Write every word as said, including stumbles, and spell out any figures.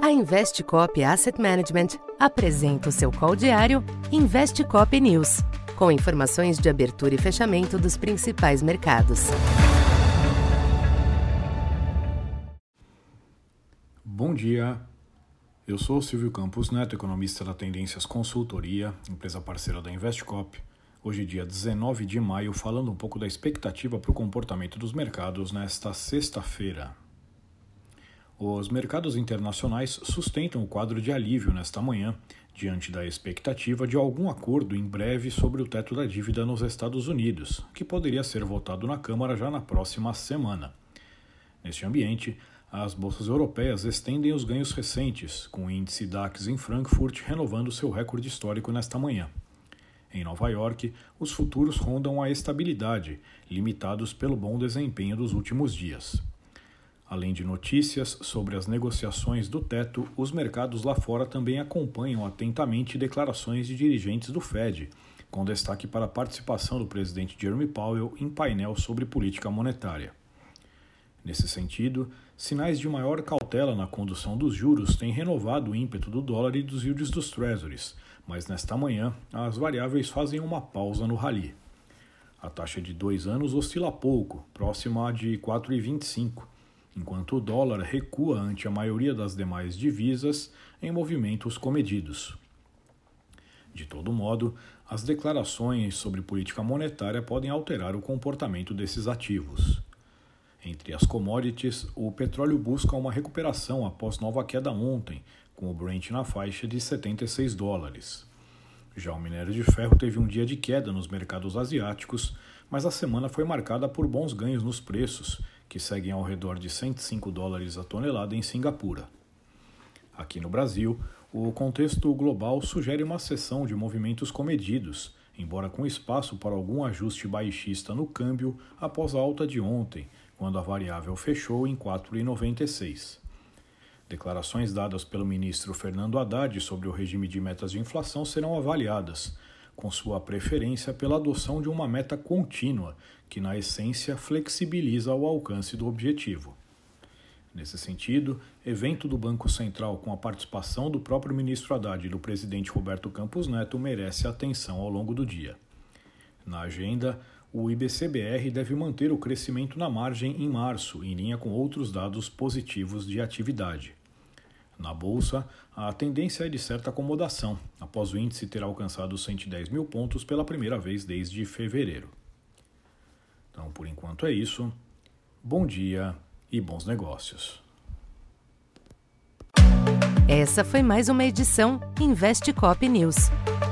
A Investcop Asset Management apresenta o seu call diário Investcop News, com informações de abertura e fechamento dos principais mercados. Bom dia, eu sou Silvio Campos Neto, economista da Tendências Consultoria, empresa parceira da Investcop. Hoje, dia dezenove de maio, falando um pouco da expectativa para o comportamento dos mercados nesta sexta-feira. Os mercados internacionais sustentam o quadro de alívio nesta manhã, diante da expectativa de algum acordo em breve sobre o teto da dívida nos Estados Unidos, que poderia ser votado na Câmara já na próxima semana. Neste ambiente, as bolsas europeias estendem os ganhos recentes, com o índice DAX em Frankfurt renovando seu recorde histórico nesta manhã. Em Nova York, os futuros rondam a estabilidade, limitados pelo bom desempenho dos últimos dias. Além de notícias sobre as negociações do teto, os mercados lá fora também acompanham atentamente declarações de dirigentes do Fed, com destaque para a participação do presidente Jerome Powell em painel sobre política monetária. Nesse sentido, sinais de maior cautela na condução dos juros têm renovado o ímpeto do dólar e dos yields dos treasuries, mas nesta manhã as variáveis fazem uma pausa no rally. A taxa de dois anos oscila pouco, próxima a de quatro vírgula vinte e cinco, enquanto o dólar recua ante a maioria das demais divisas em movimentos comedidos. De todo modo, as declarações sobre política monetária podem alterar o comportamento desses ativos. Entre as commodities, o petróleo busca uma recuperação após nova queda ontem, com o Brent na faixa de setenta e seis dólares. Já o minério de ferro teve um dia de queda nos mercados asiáticos, mas a semana foi marcada por bons ganhos nos preços, que seguem ao redor de cento e cinco dólares a tonelada em Singapura. Aqui no Brasil, o contexto global sugere uma sessão de movimentos comedidos, embora com espaço para algum ajuste baixista no câmbio após a alta de ontem, quando a variável fechou em quatro vírgula noventa e seis. Declarações dadas pelo ministro Fernando Haddad sobre o regime de metas de inflação serão avaliadas, com sua preferência pela adoção de uma meta contínua, que na essência flexibiliza o alcance do objetivo. Nesse sentido, evento do Banco Central com a participação do próprio ministro Haddad e do presidente Roberto Campos Neto merece atenção ao longo do dia. Na agenda, o I B C B R deve manter o crescimento na margem em março, em linha com outros dados positivos de atividade. Na Bolsa, a tendência é de certa acomodação, após o índice ter alcançado cento e dez mil pontos pela primeira vez desde fevereiro. Então, por enquanto é isso. Bom dia e bons negócios. Essa foi mais uma edição Investcop News.